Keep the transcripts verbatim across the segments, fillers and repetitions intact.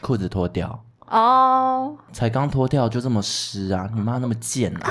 裤子脱掉哦， 才刚脱掉就这么湿啊，你妈那么贱啊。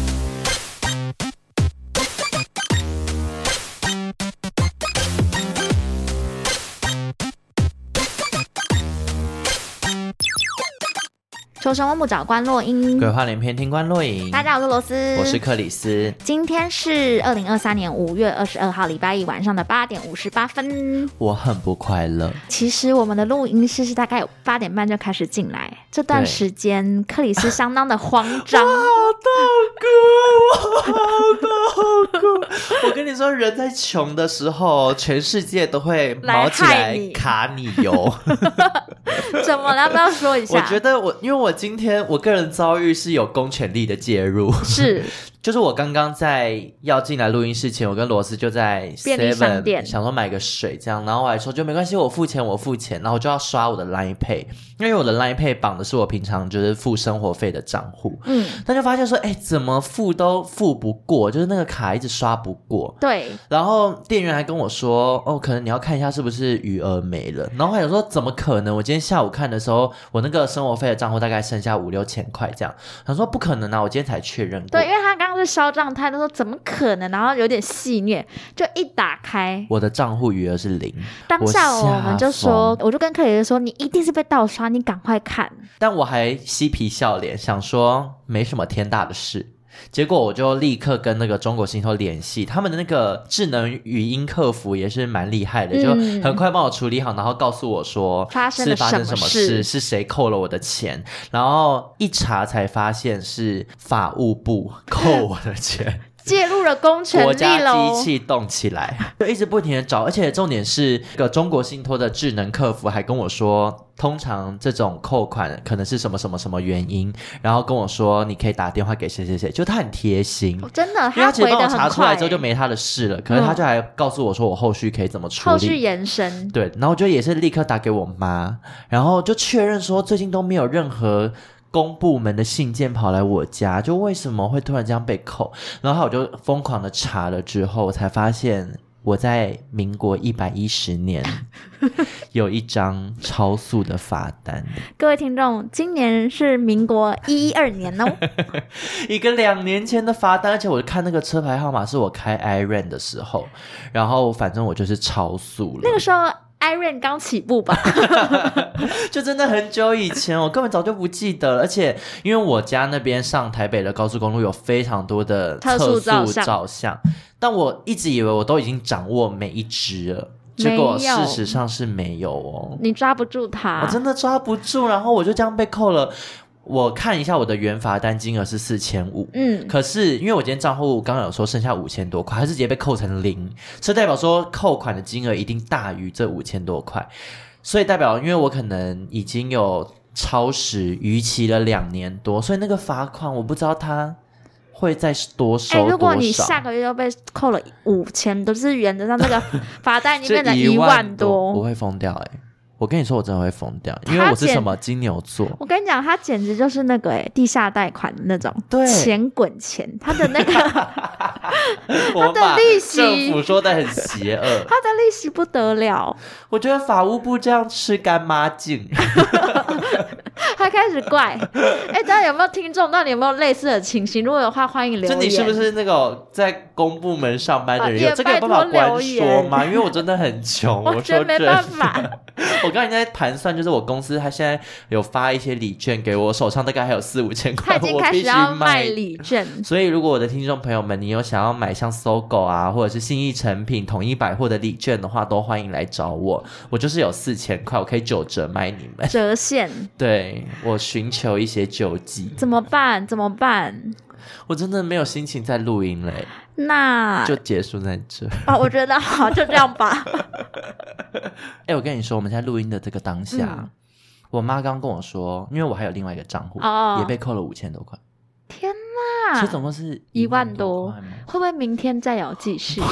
求神问卜找关洛音， 鬼话连篇听关洛影。 大家好，我是罗斯， 我是克里斯。 今天是二零二三年五月二十二号礼拜一晚上的八点五十八分。 我很不快乐。 其实我们的录音室是大概有八点半就开始进来，这段时间克里斯相当的慌张。 我好痛苦，我好痛苦。我跟你说，人在穷的时候，全世界都会毛起来卡你油。 怎么了？要不要说一下？ 我觉得我，因为我今天我个人遭遇是有公权力的介入， 是， 就是我刚刚在要进来录音室前，我跟罗斯就在 seven 想说买个水这样，然后我还说就没关系，我付钱我付钱，然后我就要刷我的 Line Pay， 因为我的 Line Pay 绑的是我平常就是付生活费的账户，嗯，但就发现说，哎，怎么付都付不过，就是那个卡一直刷不过， 对， 然后店员还跟我说，哦，可能你要看一下是不是余额没了，然后还有说怎么可能？我今天下午看的时候，我那个生活费的账户大概剩下五六千块这样，他说不可能啊，我今天才确认过， 对，因为他刚刚是销账态，他说怎么可能？然后有点戏谑，就一打开， 我的账户余额是零。 当下我们就说，我就跟克里斯说，你一定是被盗刷，你赶快看。 但我还嬉皮笑脸，想说没什么天大的事。结果我就立刻跟那个中国信托联系，他们的那个智能语音客服也是蛮厉害的，嗯，就很快帮我处理好，然后告诉我说发生了是发生什么事，是谁扣了我的钱，然后一查才发现是法务部扣我的钱。 介入了公权力咯， 国家机器动起来，就一直不停的找，而且重点是这个中国信托的智能客服还跟我说，通常这种扣款可能是什么什么什么原因，然后跟我说你可以打电话给谁谁谁，就他很贴心， 哦，真的， 因为他其实帮我查出来之后就没他的事了，可是他就还告诉我说我后续可以怎么处理， 后续延伸， 对，然后我就也是立刻打给我妈，然后就确认说最近都没有任何公部门的信件跑来我家，就为什么会突然这样被扣，然后我就疯狂的查了之后才发现我在民国一百一十年有一张超速的罚单。 各位听众，今年是民国一一二年哦， 一个两年前的罚单，而且我看那个车牌号码是我开 Iron 的时候，然后反正我就是超速了。 那个时候Iron 刚起步吧就真的很久以前，我根本早就不记得了。而且因为我家那边上台北的高速公路有非常多的测速照相，但我一直以为我都已经掌握每一支了，结果事实上是没有哦。 你抓不住它， 我真的抓不住，然后我就这样被扣了。我看一下我的原罚单金额是四千五，嗯，可是因为我今天账户刚刚有说剩下五千多块，还是直接被扣成零，这代表说扣款的金额一定大于这五千多块，所以代表因为我可能已经有超时逾期了两年多，所以那个罚款我不知道它会再多收多少。欸， 如果你下个月又被扣了五千，都是原则上这个罚单已经变成一万多， 我会疯掉哎，欸！我跟你说我真的会疯掉，因为我是什么金牛座。 我跟你讲他简直就是那个、欸、地下贷款的那种，对，钱滚钱，他的那个他的利息， 政府说的很邪恶， 他的利息不得了。 我觉得法务部这样吃干抹净他开始怪哎、欸，大家有没有听众到底有没有类似的情形？如果有的话欢迎留言。 就你是不是那个在公部门上班的人，啊，有这个有办法关说吗？因为我真的很穷我觉得没办法我刚才在盘算，就是我公司他现在有发一些礼券给我，手上大概还有四五千块， 他已经开始要卖礼券。 所以如果我的听众朋友们，你有想要买像搜狗啊，或者是信义诚品、统一百货的礼券的话，都欢迎来找我。我就是有四千块，我可以九折卖你们， 折现。 对，我寻求一些救济。 怎么办？怎么办？ 我真的没有心情再录音了， 那就结束在这。 哦，我觉得好，就这样吧。 哎、欸，我跟你说，我们现在录音的这个当下，嗯，我妈刚跟我说，因为我还有另外一个账户，哦，也被扣了五千多块。 天哪！ 所以总共是一万多，会不会明天再有继续？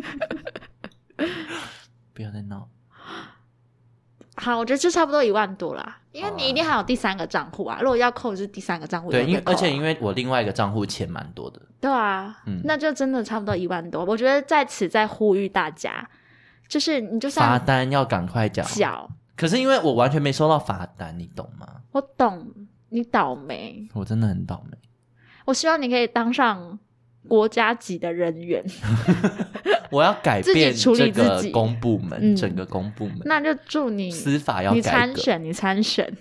不要再闹。 好，我觉得就差不多一万多啦，因为你一定还有第三个账户啊。如果要扣是第三个账户， 对，因为而且因为我另外一个账户钱蛮多的， 对啊，嗯，那就真的差不多一万多。我觉得在此再呼吁大家，就是你就算罚单要赶快缴， 缴可是因为我完全没收到罚单，你懂吗？ 我懂，你倒霉， 我真的很倒霉。 我希望你可以当上国家级的人员。 我要改变这个公部门、嗯、整个公部门。 那就祝你司法要改革， 你参选你参选。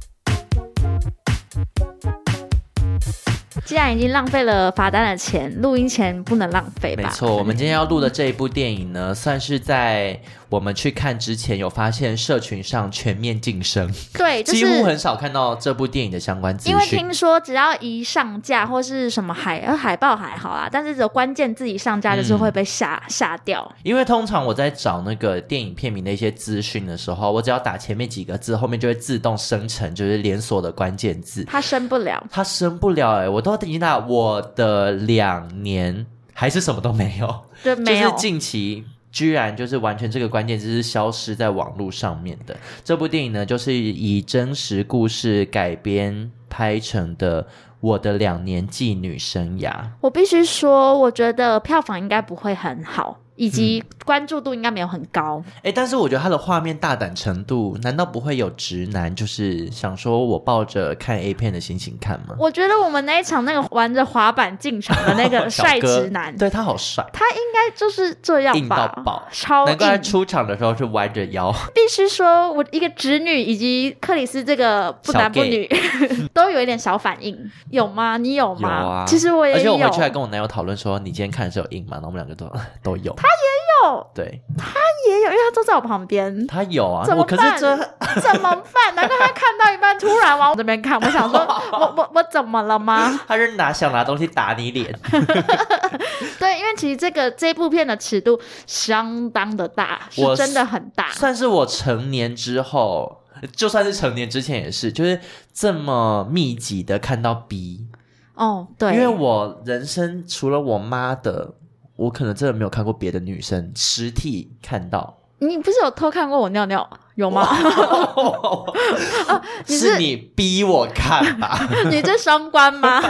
既然已经浪费了罚单的钱，录音前不能浪费吧？ 没错，我们今天要录的这一部电影呢，算是在我们去看之前有发现社群上全面晋升。 对、就是、 几乎很少看到这部电影的相关资讯， 因为听说只要一上架或是什么海呃海报还好啦，但是只有关键字一上架就是会被下、嗯、下掉。 因为通常我在找那个电影片名的一些资讯的时候，我只要打前面几个字，后面就会自动生成就是连锁的关键字， 它升不了， 它升不了哎、欸！我都已经打我的两年还是什么都没有， 对，没有， 就是近期居然就是完全这个关键字是消失在网络上面的。这部电影呢，就是以真实故事改编拍成的我的两年妓女生涯。 我必须说，我觉得票房应该不会很好，以及关注度应该没有很高、 嗯欸、但是我觉得它的画面大胆程度，难道不会有直男就是想说我抱着看 A 片的心情看吗？ 我觉得我们那一场那个玩着滑板进场的那个帅直男对，他好帅， 他应该就是这样吧， 硬到爆， 超硬， 难怪他出场的时候是弯着腰。 必须说我一个直女以及克里斯这个不男不女都有一点小反应。有吗？你有吗？ 有啊， 其实我也有， 而且我回去还跟我男友讨论说你今天看的时候有硬吗？然后我们两个都都有。 他也有， 对， 他也有，因为他坐在我旁边。 他有啊， 怎么办？ 我可是这怎么办？难怪他看到一半突然往我这边看，我想说我我我怎么了吗？ 他是拿想拿东西打你脸。 对，因为其实这个这部片的尺度相当的大，是真的很大， 算是我成年之后，就算是成年之前也是，就是这么密集的看到 B。 哦，对， 因为我人生除了我妈的，我可能真的没有看过别的女生实体看到。 你不是有偷看过我尿尿有吗？ 啊、你 是, 是你逼我看吧？ 你这双关吗？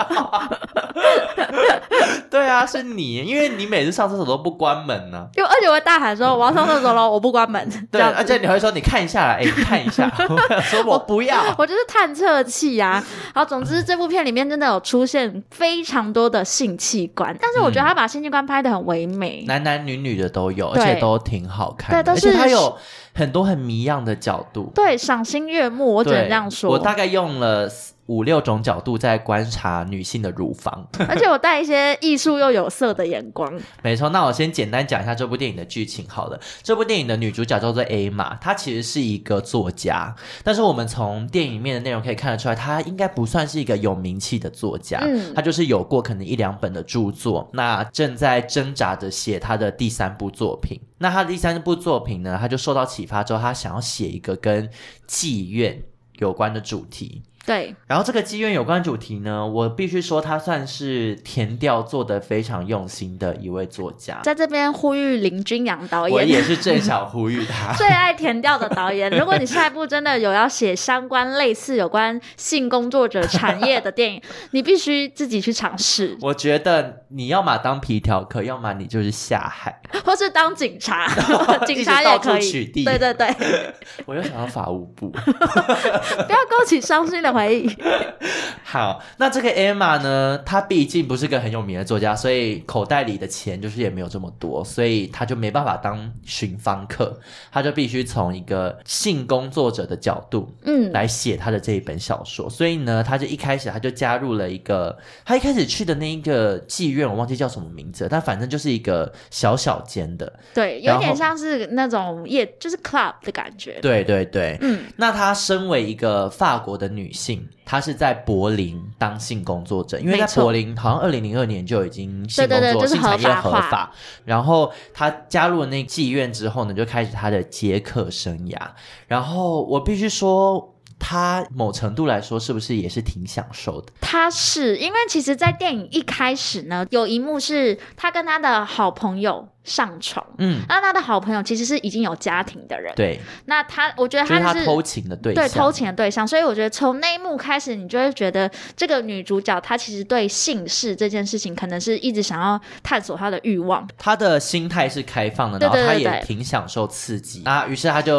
对啊，是你，因为你每次上厕所都不关门呢、啊。 因为而且我会大喊说我要上厕所了，我不关门。 对，而且你会说你看一下啦，哎、欸，你看一下。我说我不要， 我, 我就是探测器啊。好，总之这部片里面真的有出现非常多的性器官，但是我觉得他把性器官拍得很唯美、嗯， 男男女女的都有，而且都挺好看的， 对，都是而且他有很多很迷样的角度， 对，赏心悦目，我只能这样说。 我大概用了五六种角度在观察女性的乳房， 而且我带一些艺术又有色的眼光。 没错，那我先简单讲一下这部电影的剧情好了。这部电影的女主角叫做 A 玛，她其实是一个作家，但是我们从电影里面的内容可以看得出来，她应该不算是一个有名气的作家，嗯，她就是有过可能一两本的著作，那正在挣扎着写她的第三部作品。那她的第三部作品呢，她就受到启发之后，她想要写一个跟妓院有关的主题。 对， 然后这个妓院有关主题呢，我必须说他算是田调做得非常用心的一位作家， 在这边呼吁林君阳导演， 我也是正想呼吁他最爱田调的导演，如果你下一部真的有要写相关类似有关性工作者产业的电影你必须自己去尝试。 我觉得你要嘛当皮条客，要么你就是下海或是当警察警察也可以取缔， 对对对我又想到法务部不要勾起伤心的回忆好，那这个 Emma 呢，她毕竟不是个很有名的作家，所以口袋里的钱就是也没有这么多，所以她就没办法当寻芳客，她就必须从一个性工作者的角度嗯来写她的这一本小说。所以呢，她就一开始她就加入了一个，她一开始去的那一个妓院我忘记叫什么名字，但反正就是一个小小间的， 对，有点像是那种夜就是 club 的感觉。 对对对，嗯，那她身为一个法国的女性，她是在柏林当性工作者，因为在柏林好像二零零二年就已经性工作对对对、就是、 性产业合法，然后她加入了那个妓院之后呢，就开始她的接客生涯。然后我必须说，他某程度来说是不是也是挺享受的？ 他是因为其实在电影一开始呢，有一幕是他跟他的好朋友上床，嗯，那他的好朋友其实是已经有家庭的人， 对， 那他我觉得他是,、就是他偷情的对象， 对，偷情的对象，所以我觉得从那一幕开始，你就会觉得这个女主角她其实对性事这件事情可能是一直想要探索她的欲望， 她的心态是开放的，然后她也挺享受刺激啊，于是她就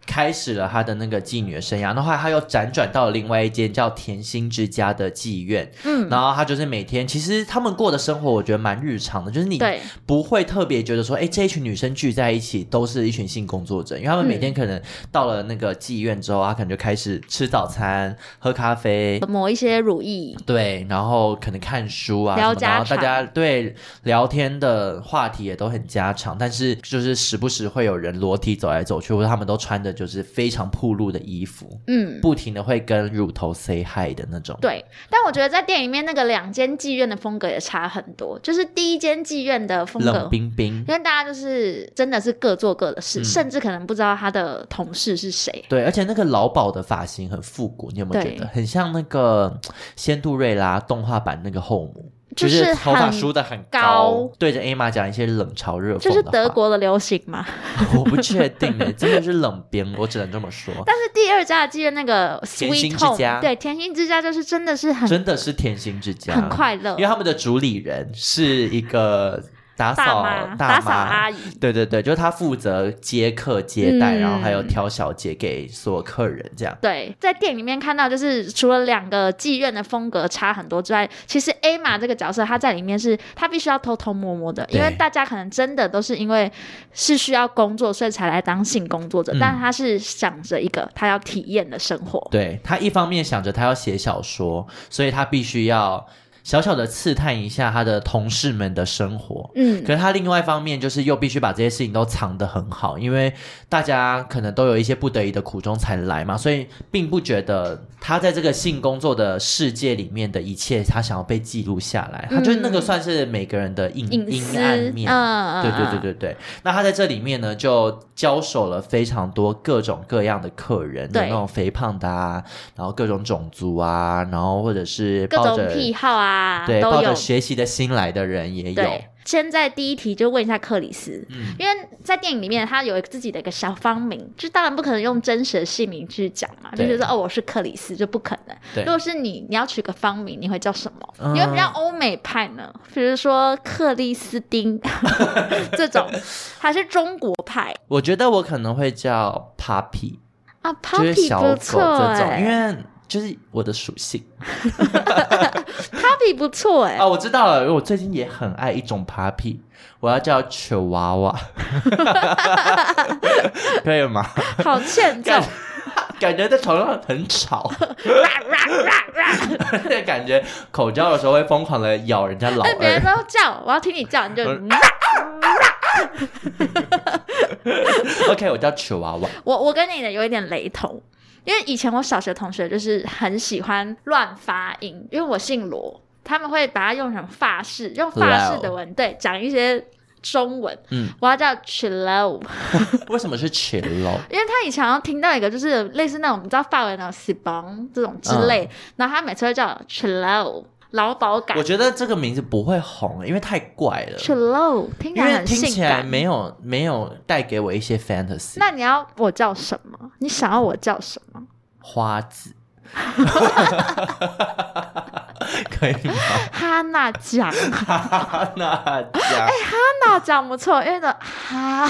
开始了他的那个妓女的生涯，然后后来他又辗转到了另外一间叫甜心之家的妓院，嗯，然后他就是每天其实他们过的生活我觉得蛮日常的，就是你不会特别觉得说哎，这一群女生聚在一起都是一群性工作者，因为他们每天可能到了那个妓院之后，他可能就开始吃早餐喝咖啡抹一些乳液， 对，然后可能看书啊什么，然后大家对聊天的话题也都很家常，但是就是时不时会有人裸体走来走去，或者他们都穿的就是非常暴露的衣服，嗯，不停的会跟乳头 say hi 的那种。 对，但我觉得在电影里面那个两间妓院的风格也差很多，就是第一间妓院的风格冷冰冰， 因为大家就是真的是各做各的事，嗯，甚至可能不知道他的同事是谁。 对，而且那个劳保的发型很复古，你有没有觉得很像那个仙杜瑞拉动画版那个后母，就是头发梳得很高，对着 Emma 讲一些冷嘲热讽的话， 就是德国的流行吗？ 我不确定耶，真的是冷边，我只能这么说。 但是第二家的妓院那个 Sweet Home， 甜心之家， 对，甜心之家就是真的是很真的是甜心之家， 很快乐， 因为他们的主理人是一个打扫大妈打扫阿姨， 对对对，就是他负责接客接待，嗯，然后还有挑小姐给所有客人这样。 对，在电影里面看到就是除了两个妓院的风格差很多之外，其实 Emma 这个角色她在里面是她必须要偷偷摸摸的，因为大家可能真的都是因为是需要工作所以才来当性工作者，嗯，但她是想着一个她要体验的生活。 对，她一方面想着她要写小说，所以她必须要小小的刺探一下他的同事们的生活，嗯，可是他另外一方面就是又必须把这些事情都藏得很好，因为大家可能都有一些不得已的苦衷才来嘛，所以并不觉得他在这个性工作的世界里面的一切他想要被记录下来，嗯，他就是那个算是每个人的阴阴暗面，嗯，对对对对对。那他在这里面呢就交手了非常多各种各样的客人，有那种肥胖的啊，然后各种种族啊，然后或者是抱着各种癖好啊， 对，抱着学习的心来的人也有。 先在第一题就问一下克里斯，嗯，因为在电影里面他有自己的一个小方名，就当然不可能用真实的姓名去讲嘛，就是说哦我是克里斯就不可能。如果是你你要取个方名，你会叫什么？嗯，你会比较欧美派呢，比如说克里斯汀这种，还是中国派？ 我觉得我可能会叫 Puppy 啊 ，Puppy 不错欸， 因为就是我的属性 Puppy 不错哎，欸， 啊，我知道了，因为我最近也很爱一种 Puppy， 我要叫球娃娃可以吗？ 好欠揍， 感觉在床上很吵感觉口交的时候会疯狂的咬人家老二， 别人都叫我要听你叫你就 OK 我叫球娃娃， 我我跟你的有一点雷同，因为以前我小学同学就是很喜欢乱发音，因为我姓罗，他们会把它用成法式，用法式的文，对，讲一些中文，嗯，我要叫 Chilo 为什么是 Chilo？ 因为他以前好像听到一个就是类似那种你知道法文的 s i b o n 这种之类，嗯，然后他每次会叫 Chilo劳保感。 我觉得这个名字不会红，因为太怪了。 Chilo 听起来很性感， 因为听起来没有没有带给我一些 fantasy。 那你要我叫什么？你想要我叫什么？ 花子。可以吗？ 哈娜酱， 哈娜酱， 哎，哈娜酱不错，因为的哈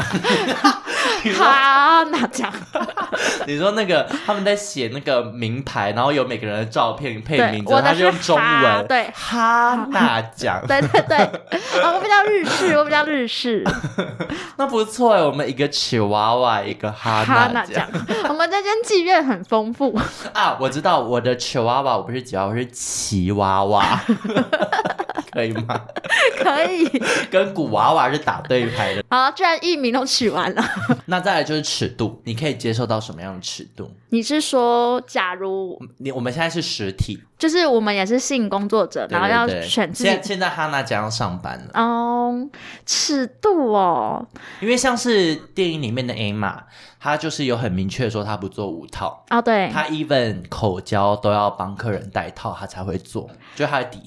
哈娜酱。 你说那个他们在写那个名牌，然后有每个人的照片配名字，他就用中文， 对， 哈娜酱， 对对对，我比较日式，我比较日式。 那不错哎，我们一个球娃娃，一个哈娜酱， 我们这间妓院很丰富啊。我知道我的球娃娃，我不是吉娃娃，我是奇娃娃，可以吗？ 可以， 跟古娃娃是打对拍的。 好，居然艺名都取完了。 那再来就是尺度，你可以接受到什么样的尺度？ 你是说，假如你我们现在是实体， 就是我们也是性工作者， 对对对， 然后要选自己。 现在现在哈娜将要上班了哦， um, 尺度哦， 因为像是电影里面的 Emma， 她就是有很明确说她不做五套哦，对， 她 even 口交都要帮客人戴套，她才会做，就是她的底线。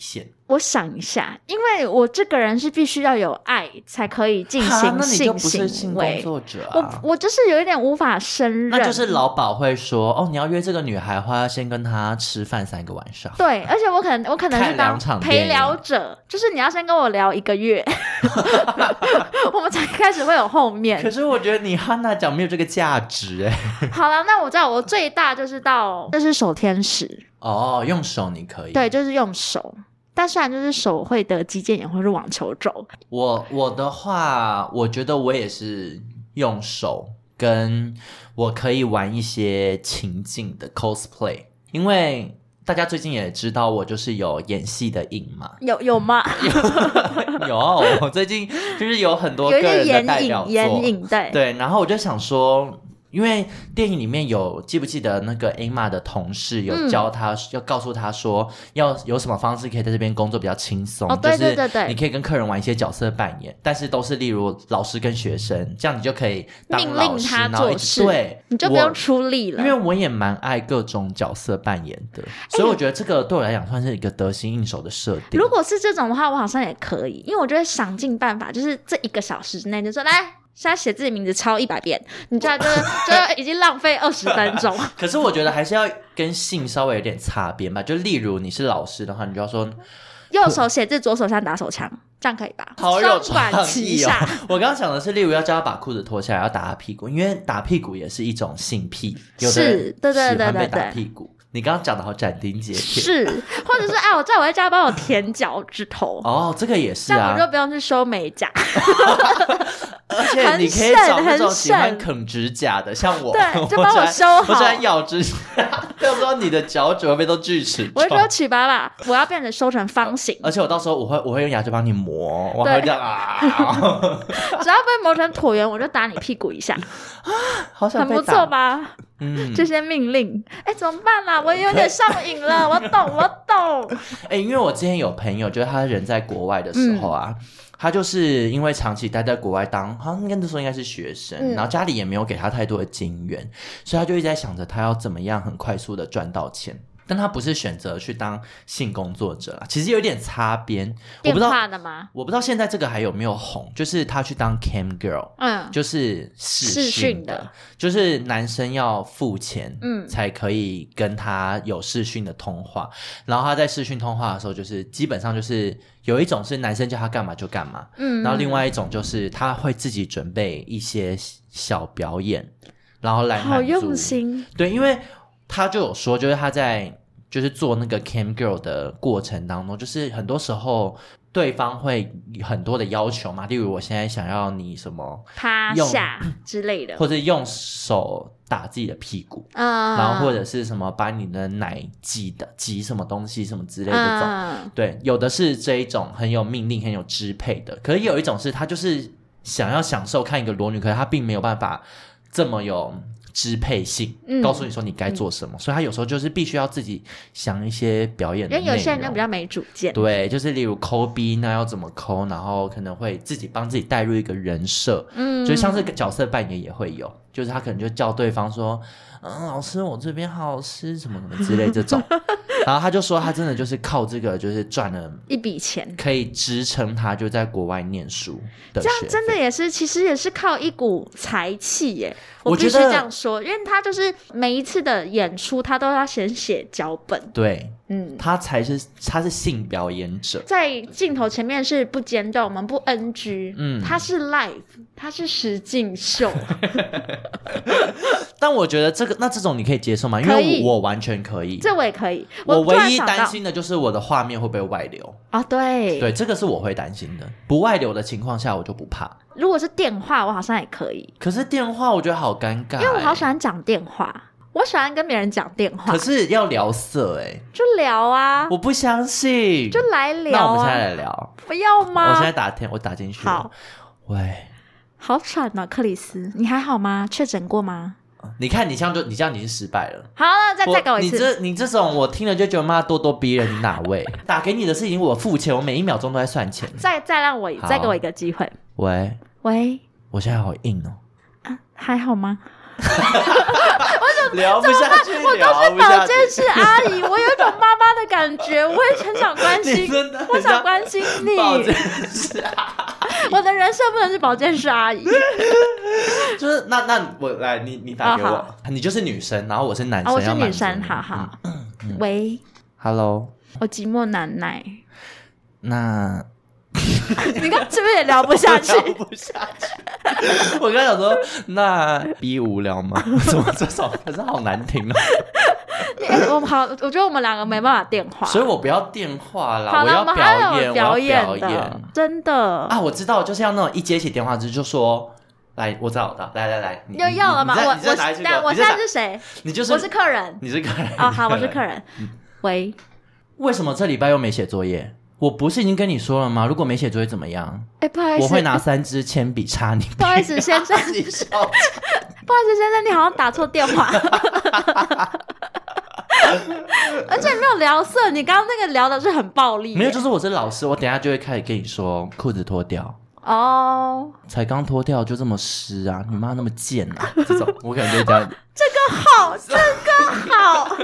我想一下，因为我这个人是必须要有爱才可以进行性行为。 那你就不是性工作者啊！我我就是有一点无法胜任。 那就是劳保会说，哦，你要约这个女孩的话，要先跟她吃饭三个晚上。 对，而且我可能我可能是当陪聊者，就是你要先跟我聊一个月，我们才开始会有后面。 可是我觉得你汉娜讲没有这个价值哎。 好了，那我知道我最大就是到就是手天使哦，用手你可以。 对，就是用手。但虽然就是手会得肌腱炎或是网球肘， 我我的话，我觉得我也是用手，跟我可以玩一些情境的 cosplay， 因为大家最近也知道我就是有演戏的瘾嘛， 有有吗？ 有，有，我最近就是有很多个人的代表作， 眼影对对，然后我就想说。因为电影里面有记不记得那个 Emma 的同事有教他、嗯、要告诉他说要有什么方式可以在这边工作比较轻松、 哦、对对对对， 就是你可以跟客人玩一些角色扮演，但是都是例如老师跟学生，这样你就可以当老师， 命令他做事， 对， 你就不用出力了。 因为我也蛮爱各种角色扮演的，所以我觉得这个对我来讲算是一个得心应手的设定。 如果是这种的话，我好像也可以，因为我就会想尽办法，就是这一个小时之内就说来。现在写自己名字抄一百遍，你这样就就已经浪费二十分钟。 可是我觉得还是要跟性稍微有点擦边吧。就例如你是老师的话，你就要说右手写字，左手像打手枪，这样可以吧？ 好有创意哦！我刚刚想的是，例如要叫他把裤子脱下来，要打他屁股，因为打屁股也是一种性癖，有的人喜欢被打屁股。你刚刚讲的好斩钉截铁， 是，或者是哎，我叫我在家帮我舔脚趾头， 哦，这个也是啊， 这样我就不用去修美甲。 而且你可以找那种喜欢啃指甲的，像我， 对，就帮我修好。 我喜欢咬指甲，要不知道你的脚趾会不会都锯齿。 我会说取爸爸，我要变成收成方形。 而且我到时候我会我会用牙签帮你磨，我还会这样啊。 只要被磨成椭圆，我就打你屁股一下。 好想被打， 很不错吧？ 嗯， 这些命令，哎，怎么办啦？我也有点上瘾了。我懂，我懂。 哎，因为我之前有朋友，就是他人在国外的时候啊。嗯，他就是因为长期待在国外当，好像应该那时候应该是学生、嗯，然后家里也没有给他太多的金援，所以他就一直在想着他要怎么样很快速的赚到钱。但他不是选择去当性工作者啦，其实有点擦边。 电话的吗？ 我不知道现在这个还有没有红，就是他去当 cam girl， 嗯，就是视讯的，的就是男生要付钱，嗯，才可以跟他有视讯的通话。然后他在视讯通话的时候，就是基本上就是有一种是男生叫他干嘛就干嘛，嗯，然后另外一种就是他会自己准备一些小表演，然后来满足。 好用心， 对，因为。他就有说，就是他在就是做那个 cam girl 的过程当中，就是很多时候对方会很多的要求嘛，例如我现在想要你什么趴下之类的， 或者用手打自己的屁股，嗯，然后或者是什么把你的奶挤的挤什么东西什么之类的这种、嗯，对，有的是这一种很有命令很有支配的，可是有一种是他就是想要享受看一个裸女，可是他并没有办法这么有支配性、嗯、告诉你说你该做什么、嗯、所以他有时候就是必须要自己想一些表演的内容，因为有些人就比较没主见， 对，就是例如抠逼那要怎么抠，然后可能会自己帮自己带入一个人设，嗯，就像是角色扮演也会有，就是他可能就叫对方说嗯，老师我这边好吃什么什么之类这种然后他就说他真的就是靠这个就是赚了一笔钱， 可以支撑他就在国外念书的学费， 这样真的也是其实也是靠一股才气耶，我必须这样说，因为他就是每一次的演出他都要先写脚本， 对，嗯，他才是他是性表演者， 在镜头前面是不间断，我们不 N G， 嗯，他是 live， 他是实境秀但我觉得这个那这种你可以接受吗？因为 我, 我完全可以， 这我也可以， 我唯一担心的就是我的画面会不会外流啊？对对，这个是我会担心的，不外流的情况下我就不怕。 如果是电话我好像也可以， 可是电话我觉得好尴尬、欸、 因为我好喜欢讲电话，我喜欢跟别人讲电话， 可是要聊色哎、欸， 就聊啊！ 我不相信， 就来聊、啊。 那我们现在来聊， 不要吗？ 我现在打天，我打进去了。 好， 喂， 好喘哦，克里斯，你还好吗？确诊过吗？ 你看你这样就你这样已经失败了。 好，那再再给我一次。 你这你这种我听了就觉得妈咄咄逼人，你哪位？打给你的事情我付钱，我每一秒钟都在算钱。 再再让我再给我一个机会。 喂喂， 我现在好硬哦。 啊，还好吗？ 聊不下去， 我都是保健室阿姨，我有一种妈妈的感觉，我也很想关心，我想关心你。 保健室阿姨， 我的人设不能是保健室阿姨。 就是那那我来，你你打给我，哦、你就是女生，然后我是男生， 哦、我是女生，好好。嗯嗯、喂 ，Hello， 我寂寞难耐。 那。 你刚是不是也聊不下去？ 聊不下去。我刚想说，那 B 无聊吗？怎么这首可是好难听哦。 欸、我好，我觉得我们两个没办法电话， 所以我不要电话啦。 好我要表演， 表演我要表演， 真的啊！我知道，就是要那种一接起电话就就说。来，我知道的，来来来， 又要了吗？我我但我现在是谁？ 你就是我是客人， 你是客人啊、哦！好，我是客人。喂， 为什么这礼拜又没写作业？我不是已经跟你说了吗？如果没写作业怎么样？ 哎，不好意思， 我会拿三支铅笔插你。 不好意思，先生，不好意思，先生，你好像打错电话。而且没有聊色，你刚刚那个聊的是很暴力。 没有，就是我是老师，我等一下就会开始跟你说裤子脱掉。 哦、oh ， 才刚脱掉就这么湿啊！你妈那么贱啊！这种我可能就会这样。 这个好，这个好。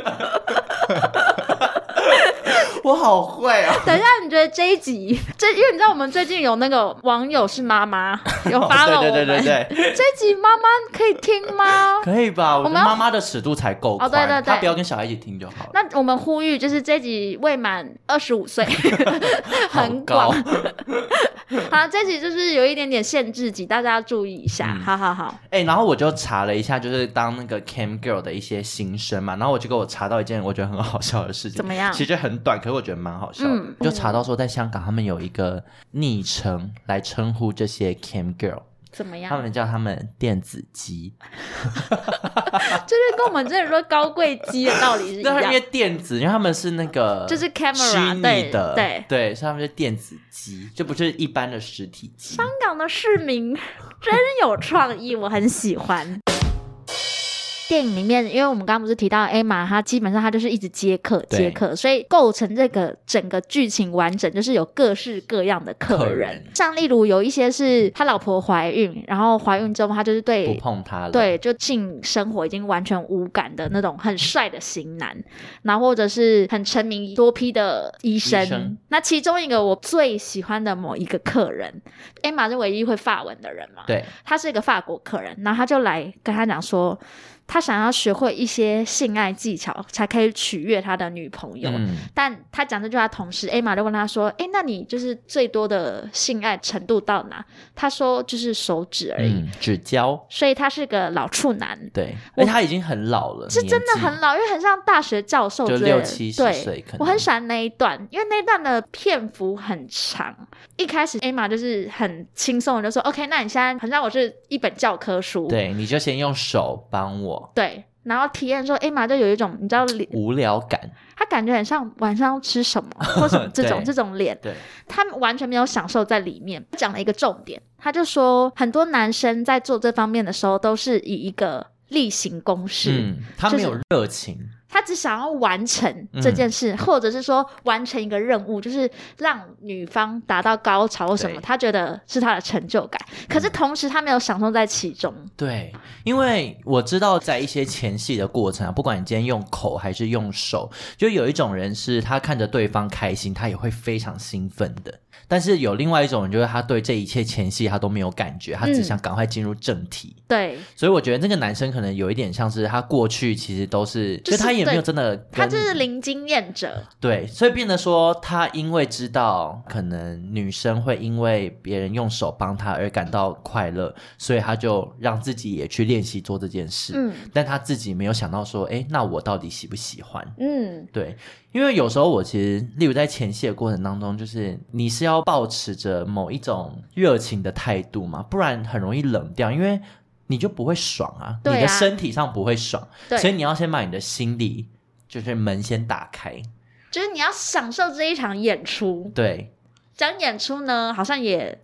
我好会啊！ 等一下，你觉得这一集，这因为你知道我们最近有那个网友是妈妈，有发了我们， 对对对对对， 这一集妈妈可以听吗？ 可以吧？我觉得妈妈的尺度才够宽，哦、 对对对， 她不要跟小孩一起听就好了。 那我们呼吁，就是这一集未满二十五岁，很广。好，这集就是有一点点限制级，大家要注意一下。嗯、好好好。 哎、欸，然后我就查了一下，就是当那个 cam girl 的一些心声嘛，然后我就给我查到一件我觉得很好笑的事情。 怎么样？ 其实很短，可是我觉得蛮好笑的。嗯、就查到说，在香港他们有一个昵称来称呼这些 cam girl。 怎么样？ 他们叫他们电子鸡， 就是跟我们之前说高贵鸡的道理是一样。 那因为电子，因为他们是那个就是 camera 虚拟的， 对对，所以他们是电子鸡，就不是一般的实体鸡。 香港的市民真有创意，我很喜欢。电影里面，因为我们刚刚不是提到 Emma， 她基本上她就是一直接客接客，所以构成这个整个剧情完整，就是有各式各样的客人。客人像例如有一些是他老婆怀孕，然后怀孕之后他就是对不碰她了， 对，就性生活已经完全无感的那种很帅的型男，然后或者是很沉迷多批的医生。医生那其中一个我最喜欢的某一个客人 ，Emma 是唯一会法文的人嘛？ 对， 他是一个法国客人，然后他就来跟他讲说。他想要学会一些性爱技巧才可以取悦他的女朋友、嗯、但他讲这句话同时 Emma 就问他说诶那你就是最多的性爱程度到哪？他说就是手指而已、嗯、 指交， 所以他是个老处男。 对，而且他已经很老了， 是真的很老，因为很像大学教授之类的， 就六七十岁可能。 我很喜欢那一段，因为那一段的篇幅很长。一开始 Emma 就是很轻松的就说 OK 那你现在好像我是一本教科书， 对，你就先用手帮我， 对，然后体验说 Emma 就有一种你知道无聊感， 他感觉很像晚上要吃什么或什么这种这种脸， 对， 他完全没有享受在里面。讲了一个重点，他就说很多男生在做这方面的时候都是以一个例行公事、嗯、 他没有热情、就是他只想要完成这件事、嗯、或者是说完成一个任务，就是让女方达到高潮或什么，他觉得是他的成就感，可是同时他没有享受在其中、嗯、 对，因为我知道在一些前戏的过程啊，不管你今天用口还是用手，就有一种人是他看着对方开心他也会非常兴奋的，但是有另外一种人就是他对这一切前戏他都没有感觉，他只想赶快进入正题、嗯、对，所以我觉得这个男生可能有一点像是他过去其实都是、就是、就他也没有真的， 他就是零经验者， 对，所以变得说他因为知道可能女生会因为别人用手帮他而感到快乐，所以他就让自己也去练习做这件事，嗯，但他自己没有想到说诶那我到底喜不喜欢，嗯，对，因为有时候我其实例如在前戏的过程当中，就是你是要抱持着某一种热情的态度嘛，不然很容易冷掉，因为你就不会爽 啊, 啊你的身体上不会爽，所以你要先把你的心里就是门先打开， 就是你要享受这一场演出。 对， 讲演出呢好像也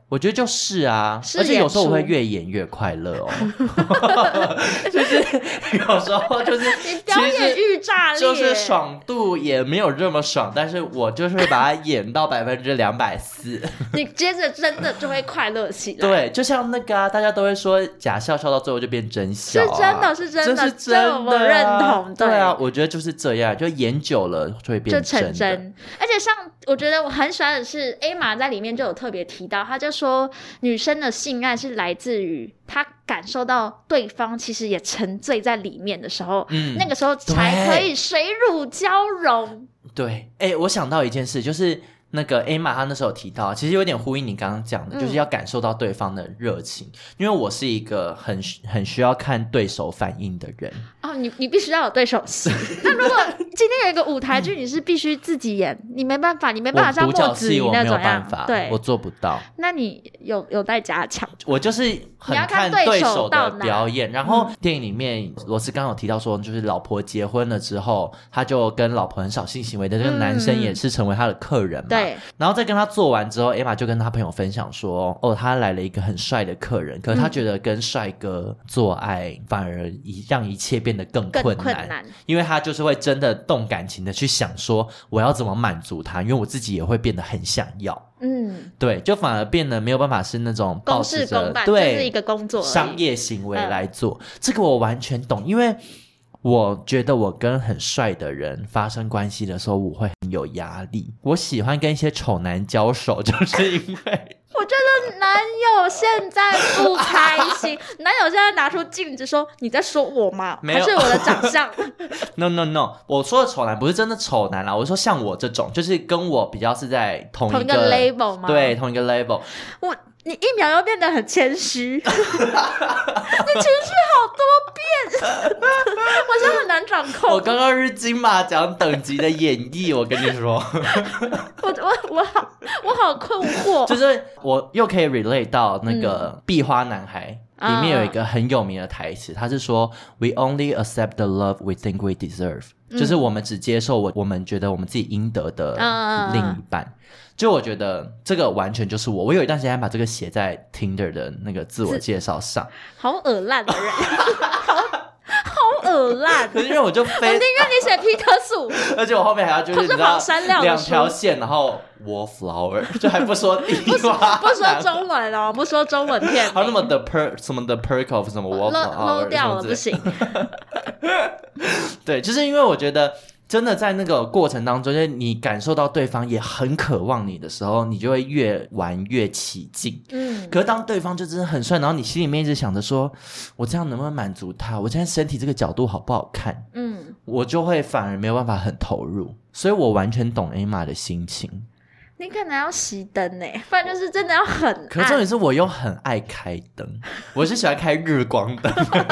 我觉得就是啊，而且有时候我会越演越快乐哦，就是有时候就是你表演欲炸裂， 就是爽度也没有这么爽，但是我就是会把它演到百分之两百四， 你接着真的就会快乐起来。 对，就像那个啊，大家都会说假笑笑到最后就变真笑、啊， 是真的是真的， 这是真的、啊， 我认同。 对啊，我觉得就是这样，就演久了就会变真的， 就成真。而且像我觉得我很喜欢的是 Emma 在里面就有特别提到，他就说女生的性爱是来自于她感受到对方其实也沉醉在里面的时候、嗯、那个时候才可以水乳交融。 对，哎、欸，我想到一件事，就是那个 Emma 她那时候有提到，其实有点呼应你刚刚讲的、嗯、就是要感受到对方的热情，因为我是一个很很需要看对手反应的人。 哦，你你必须要有对手戏。那如果今天有一个舞台剧、嗯、你是必须自己演，你没办法，你没办法像莫子仪那种样，对， 我做不到。 那你有有待加强。 我就是很看对手的表演，然后电影里面罗斯刚刚有提到说，就是老婆结婚了之后，他就跟老婆很少性行为的这个男生也是成为他的客人嘛。嗯、对。然后在跟他做完之后 ，Emma 就跟他朋友分享说，哦，他来了一个很帅的客人，可是他觉得跟帅哥做爱反而让一切变得更困难，更困难，因为他就是会真的动感情的去想说，我要怎么满足他，因为我自己也会变得很想要。嗯，对，就反而变得没有办法是那种公事公办， 对， 这是一个工作商业行为来做、嗯、这个我完全懂，因为我觉得我跟很帅的人发生关系的时候我会很有压力，我喜欢跟一些丑男交手，就是因为我觉得男友现在不开心，男友现在拿出镜子说，你在说我吗？还是我的长相 ？No No No， 我说的丑男不是真的丑男啦，我说像我这种，就是跟我比较是在同一个, 同一个 label 吗？ 对，同一个 label。 我你一秒又变得很谦虚，你情绪好多变，我现在很难掌控。 我刚刚是金马奖等级的演绎，我跟你说， 我我我好我好困惑， 就是我又可以 relate 到那个《壁花男孩》。嗯，里面有一个很有名的台词，他是说 We only accept the love we think we deserve、嗯、就是我们只接受我我们觉得我们自己应得的另一半、嗯、就我觉得这个完全就是我我有一段时间把这个写在 Tinder 的那个自我介绍上， 好恶烂的人好恶烂， 可是因为我就非我宁愿你写皮特素， 而且我后面还要就是你知道两条线，然后 wallflower 就还不说地方不说中文哦，不说中文片还有那么的 per 什么的 perk of 什么 wallflower 漏掉了不行对，就是因为我觉得真的在那个过程当中，就是你感受到对方也很渴望你的时候，你就会越玩越起劲。嗯，可是当对方就真的很帅，然后你心里面一直想着说，我这样能不能满足他？我现在身体这个角度好不好看？嗯，我就会反而没有办法很投入，所以我完全懂 Emma 的心情。 你可能要熄灯耶，不然就是真的要很暗。 可是重点是我又很爱开灯，我是喜欢开日光灯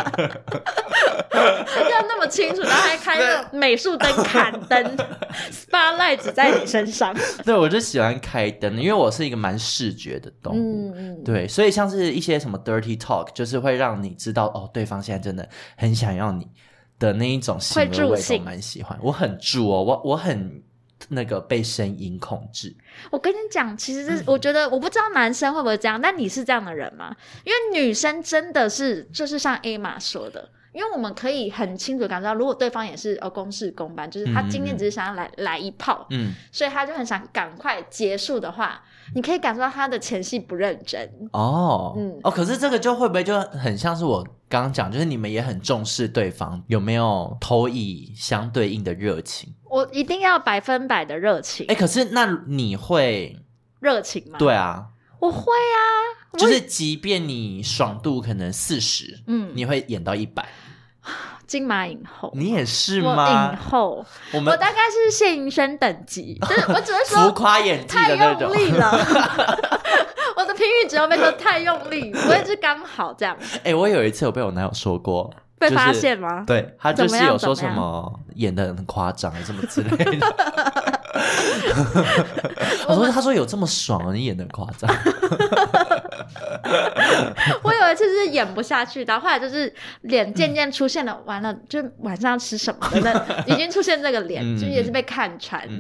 要那么清楚，然后还开那种美术灯、砍灯spotlight 只在你身上。 对，我就喜欢开灯，因为我是一个蛮视觉的动物、嗯、对，所以像是一些什么 dirty talk 就是会让你知道哦，对方现在真的很想要你的那一种行为，我也都蛮喜欢。我很助哦，我我很那个被声音控制。 我跟你讲，其实我觉得我不知道男生会不会这样，但你是这样的人吗？因为女生真的是就是像 Emma 说的，因为我们可以很清楚地感受到，如果对方也是呃公事公办，就是他今天只是想要来、嗯、来一炮，嗯，所以他就很想赶快结束的话，你可以感受到他的前戏不认真哦，嗯哦，可是这个就会不会就很像是我刚刚讲，就是你们也很重视对方有没有投以相对应的热情？ 我一定要百分百的热情。 哎，可是那你会热情吗？ 对啊， 我会啊， 就是即便你爽度可能四十，嗯，你会演到一百。 金马影后， 你也是吗？ 我影后，我们我大概是谢盈萱等级，就是我只会说浮夸演技的那种， 太用力了。我的评语只有被说太用力，不会是刚好这样。 哎、欸，我有一次有被我男友说过， 被发现吗？ 就是、对，他就是有说什么演得很夸张什么之类的。我说他说有这么爽、啊、你演得很夸张。 我有一次是演不下去，然后后来就是脸渐渐出现了、嗯、完了就晚上要吃什么的那已经出现这个脸、嗯、就也是被看穿、嗯、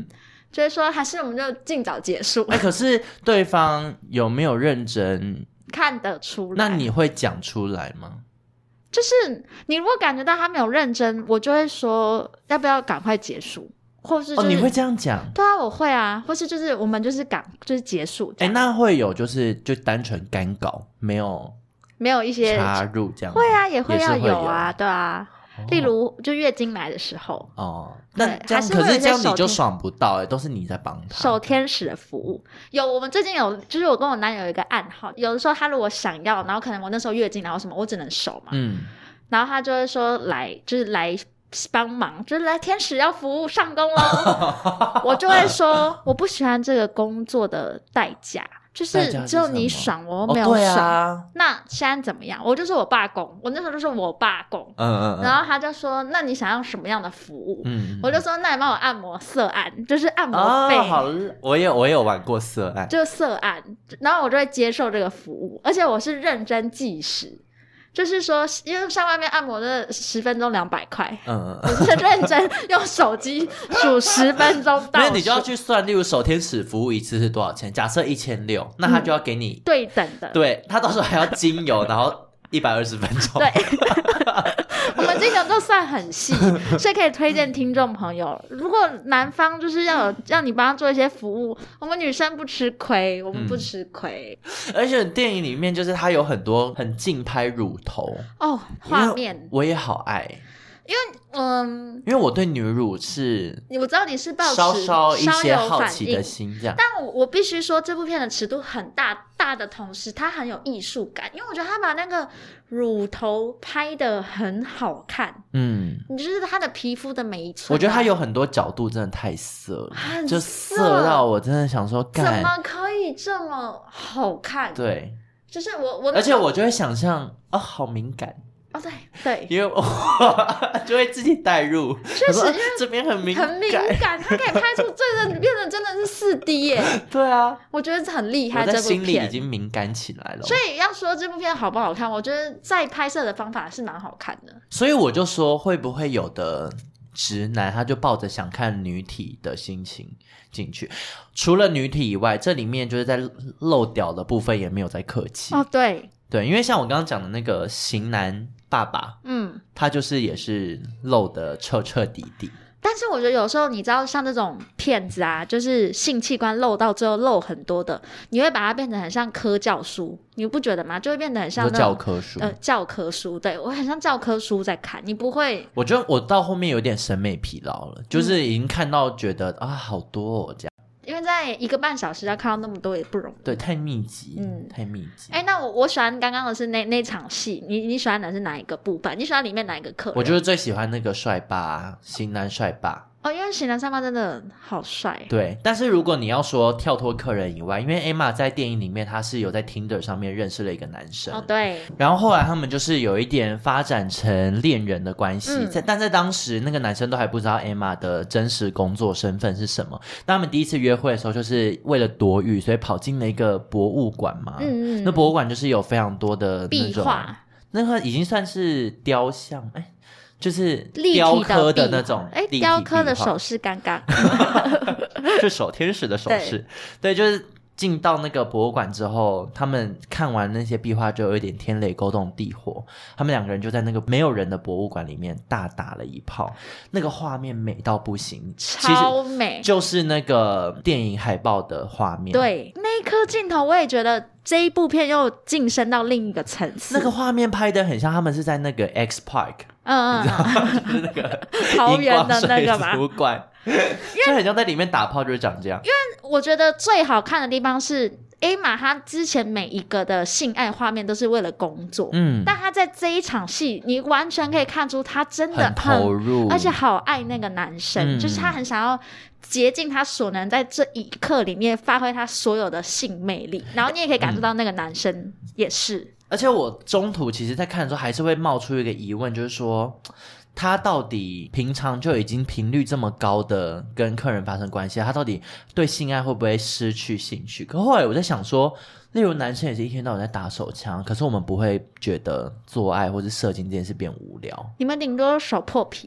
就会说还是我们就尽早结束。 哎、欸，可是对方有没有认真？ 看得出来。 那你会讲出来吗？ 就是你如果感觉到他没有认真，我就会说要不要赶快结束，或是、就是、 哦，你会这样讲？ 对啊，我会啊，或是就是我们就是赶就是结束。哎、 欸，那会有就是就单纯干搞，没有没有一些插入这样？ 会啊，也会要有啊，对啊。例如就月经来的时候哦，那这样可是这样你就爽不到哎、欸，都是你在帮他。 守天使的服务有，我们最近有就是我跟我男友有一个暗号，有的时候他如果想要，然后可能我那时候月经来或什么，我只能守嘛，嗯，然后他就会说来就是来帮忙，就是来天使要服务上工咯我就会说我不喜欢这个工作的代价。就是只有你爽，我没有爽、哦对啊、那现在怎么样？我就说我罢工，我那时候就说我罢工，嗯嗯嗯，然后他就说那你想要什么样的服务？嗯，我就说那你帮我按摩色按，就是按摩背、哦、 好，我也我也有玩过色按， 就色按，然后我就会接受这个服务，而且我是认真计时。就是说因为上外面按摩的十分钟两百块，嗯，我是认真用手机数十分钟到， 因为你就要去算，例如守天使服务一次是多少钱，假设一千六，那他就要给你、 嗯、对等的， 对，他到时候还要精油然后一百二十分钟， 对我们精油都算很细，所以可以推荐听众朋友，如果男方就是要有让你帮他做一些服务，我们女生不吃亏，我们不吃亏、 嗯、而且电影里面就是他有很多很近拍乳头哦，画面我也好爱， 因为嗯， 因为我对女乳是我知道你是抱持稍稍一些好奇的心这样， 但我我必须说这部片的尺度很大大的同时它很有艺术感，因为我觉得他把那个乳头拍得很好看，嗯，你就是他的皮肤的每一寸、啊、 我觉得他有很多角度真的太色了，很色，就色到我真的想说干怎么可以这么好看， 对， 就是我我而且我就会想象哦好敏感哦，对对， 因为我就会自己带入， 确实，因为这边很敏感， 很敏感，他可以拍出这个变得真的是四 D 耶。 对啊， 我觉得很厉害，这部片我在心里已经敏感起来了。 所以要说这部片好不好看，我觉得在拍摄的方法是蛮好看的。 所以我就说，会不会有的直男他就抱着想看女体的心情进去？除了女体以外，这里面就是在露屌的部分也没有在客气哦，对。 对，因为像我刚刚讲的那个型男爸爸，嗯，他就是也是露的彻彻底底。 但是我觉得有时候你知道像这种片子啊，就是性器官露到最后露很多的，你会把它变成很像科教书，你不觉得吗？就会变得很像那种教科书， 呃，教科书，对，我很像教科书在看，你不会？ 我觉得我到后面有点审美疲劳了，就是已经看到觉得、嗯、啊好多哦这样。 因为在一个半小时要看到那么多也不容易， 对，太密集，嗯，太密集。 哎、欸，那我我喜欢刚刚的是那那场戏，你你喜欢的是哪一个部分？你喜欢里面哪一个客人？ 我就是最喜欢那个帅爸，型男帅爸。 哦，因为型男帅爸真的好帅。 对，但是如果你要说跳脱客人以外，因为 Emma 在电影里面她是有在 Tinder 上面认识了一个男生， 哦对， 然后后来他们就是有一点发展成恋人的关系，嗯、但在当时那个男生都还不知道 Emma 的真实工作身份是什么。那他们第一次约会的时候，就是为了躲雨，所以跑进了一个博物馆嘛。嗯嗯，那博物馆就是有非常多的那种壁画，那个已经算是雕像，哎。就是雕刻的那种， 哎，雕刻的手势刚刚是守天使的手势，对，就是进到那个博物馆之后，他们看完那些壁画就有一点天雷勾动地火，他们两个人就在那个没有人的博物馆里面大打了一炮，那个画面美到不行， 超美， 就是那个电影海报的画面， 对，那一颗镜头我也觉得这一部片又晋升到另一个层次， 那个画面拍得很像他们是在那个 X Park， 嗯嗯， 就是那个桃园的那个吧， 荧光水族馆，就很像在里面打炮，就是长这样。 因为我觉得最好看的地方是 Emma 她之前每一个的性爱画面都是为了工作，嗯，但她在这一场戏，你完全可以看出她真的很, 很投入， 而且好爱那个男生，嗯、就是她很想要竭尽她所能，在这一刻里面发挥她所有的性魅力，然后你也可以感受到那个男生也是。嗯， 而且我中途其实在看的时候还是会冒出一个疑问，就是说他到底平常就已经频率这么高的跟客人发生关系，他到底对性爱会不会失去兴趣？可后来我在想说，例如男生也是一天到晚在打手枪，可是我们不会觉得做爱或是射精这件事变无聊， 你们顶多手破皮。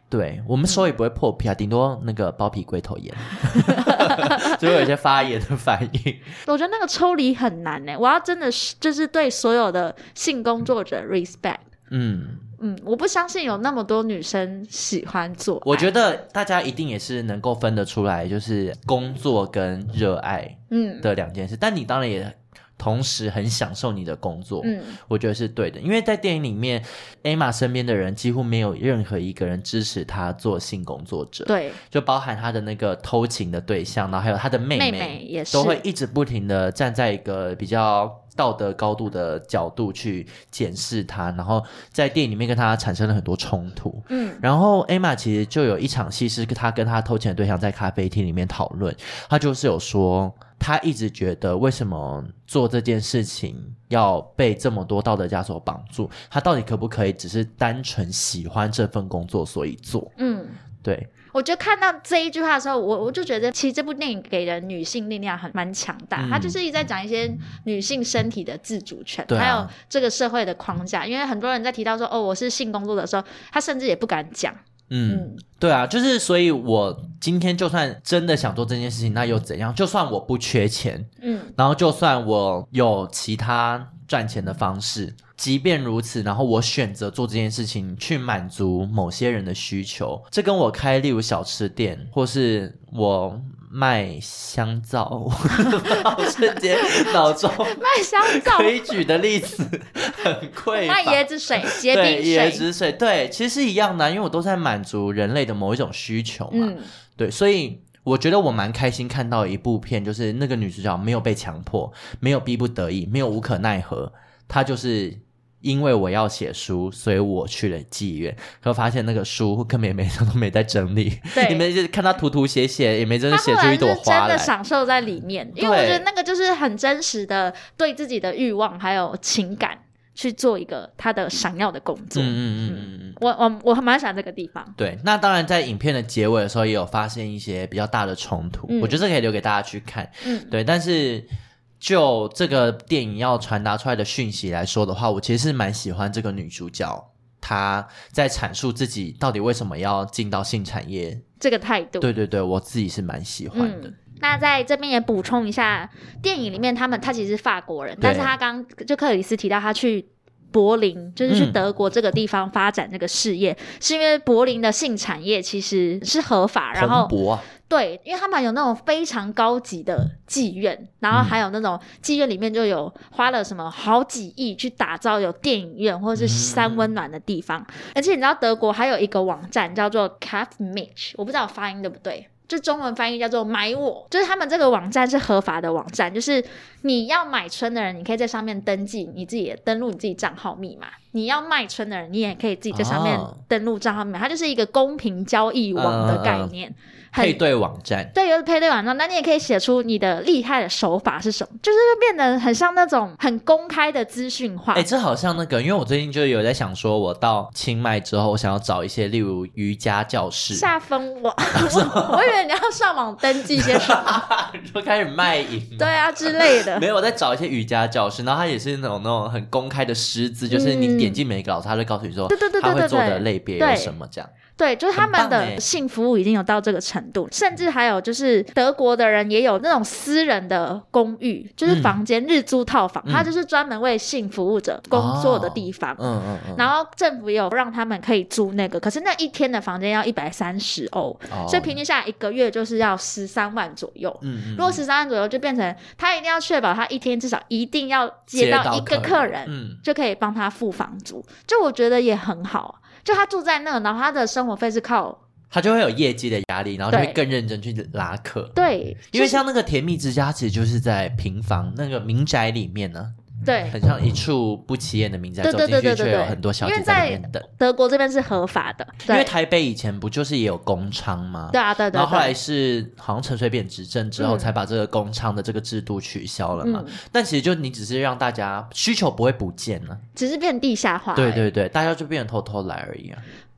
对，我们手也不会破皮啊，顶多那个包皮龟头炎就会有一些发炎的反应。 我觉得那个抽离很难耶，我要真的是就是对所有的性工作者 respect。 嗯嗯，我不相信有那么多女生喜欢做爱。 我觉得大家一定也是能够分得出来，就是工作跟热爱的两件事、嗯、但你当然也同时很享受你的工作，嗯，我觉得是对的。因为在电影里面 Emma 身边的人几乎没有任何一个人支持她做性工作者， 对， 就包含她的那个偷情的对象，然后还有她的妹妹， 妹妹也是都会一直不停的站在一个比较道德高度的角度去检视他，然后在电影里面跟他产生了很多冲突。嗯，然后 Emma 其实就有一场戏是他跟他偷情的对象在咖啡厅里面讨论，他就是有说他一直觉得为什么做这件事情要被这么多道德枷锁绑住，他到底可不可以只是单纯喜欢这份工作所以做。嗯，对， 我觉得看到这一句话的时候，我我就觉得其实这部电影给人女性力量很蛮强大、嗯、它就是一直在讲一些女性身体的自主权、啊、还有这个社会的框架。因为很多人在提到说哦我是性工作的时候，他甚至也不敢讲。 嗯, 嗯对啊，就是所以我今天就算真的想做这件事情，那又怎样？就算我不缺钱，嗯，然后就算我有其他赚钱的方式，即便如此，然后我选择做这件事情去满足某些人的需求，这跟我开例如小吃店或是我卖香皂瞬间脑中卖香皂可以举的例子很匮乏， 卖椰子水结冰水， 对，椰子水，对，其实是一样的、啊、因为我都在满足人类的某一种需求嘛、嗯、对，所以我觉得我蛮开心看到一部片，就是那个女主角没有被强迫，没有逼不得已，没有无可奈何，她就是因为我要写书，所以我去了妓院，可发现那个书根本也没都没在整理，你们就是看他涂涂写写，也没真的写出一朵花来。他后来是真的享受在里面，因为我觉得那个就是很真实的对自己的欲望还有情感去做一个他的想要的工作。嗯嗯嗯嗯，我我我蛮喜欢这个地方。 对，那当然在影片的结尾的时候也有发现一些比较大的冲突、嗯、我觉得这可以留给大家去看。嗯，对，但是就这个电影要传达出来的讯息来说的话，我其实是蛮喜欢这个女主角她在阐述自己到底为什么要进到性产业这个态度。 对对对，我自己是蛮喜欢的、嗯、 那在这边也补充一下，电影里面他们他其实是法国人，但是他刚就克里斯提到他去柏林，就是去德国这个地方发展这个事业、嗯、是因为柏林的性产业其实是合法，然后蓬勃啊， 对，因为他们有那种非常高级的妓院，然后还有那种妓院里面就有花了什么好几亿去打造有电影院或者是三温暖的地方、嗯、而且你知道德国还有一个网站叫做 Kaufmich， 我不知道我发音对不对，就中文翻译叫做买我，就是他们这个网站是合法的网站，就是你要买春的人你可以在上面登记你自己登录你自己账号密码，你要卖春的人你也可以自己在上面登录账号密码、哦、它就是一个公平交易网的概念、嗯嗯配对网站， 对，有配对网站，那你也可以写出你的厉害的手法是什么，就是变得很像那种很公开的资讯化。 哎，这好像那个，因为我最近就有在想说，我到清迈之后，我想要找一些例如瑜伽教室。 吓疯我！我我以为你要上网登记些什么， 就开始卖淫， 对啊之类的。 没有，我在找一些瑜伽教室，然后它也是那种那种很公开的师资，就是你点进每个老师，他会告诉你说，对对对对对，他会做的类别有什么这样。 对，就是他们的性服务已经有到这个程度，甚至还有就是德国的人也有那种私人的公寓，就是房间、嗯、日租套房、嗯、它就是专门为性服务者工作的地方、哦、嗯嗯嗯，然后政府也有让他们可以租那个，可是那一天的房间要一百三十欧，所以平均下来一个月就是要十三万左右。嗯嗯，如果十三万左右就变成他一定要确保他一天至少一定要接到一个客人，嗯，就可以帮他付房租，就我觉得也很好，就他住在那，然后他的生活费是靠他就会有业绩的压力，然后就会更认真去拉客。 对， 因为像那个甜蜜之家其实就是在平房那个民宅里面呢、啊， 对， 很像一处不起眼的民宅，走进去却有很多小姐在里面等。 德国这边是合法的， 因为台北以前不就是也有公娼吗？ 对啊，对 对, 对。 然后后来是好像陈水扁执政之后才把这个公娼的这个制度取消了嘛、嗯、但其实就你只是让大家需求不会不见了， 只是变地下化。 对对对，大家就变成偷偷来而已啊。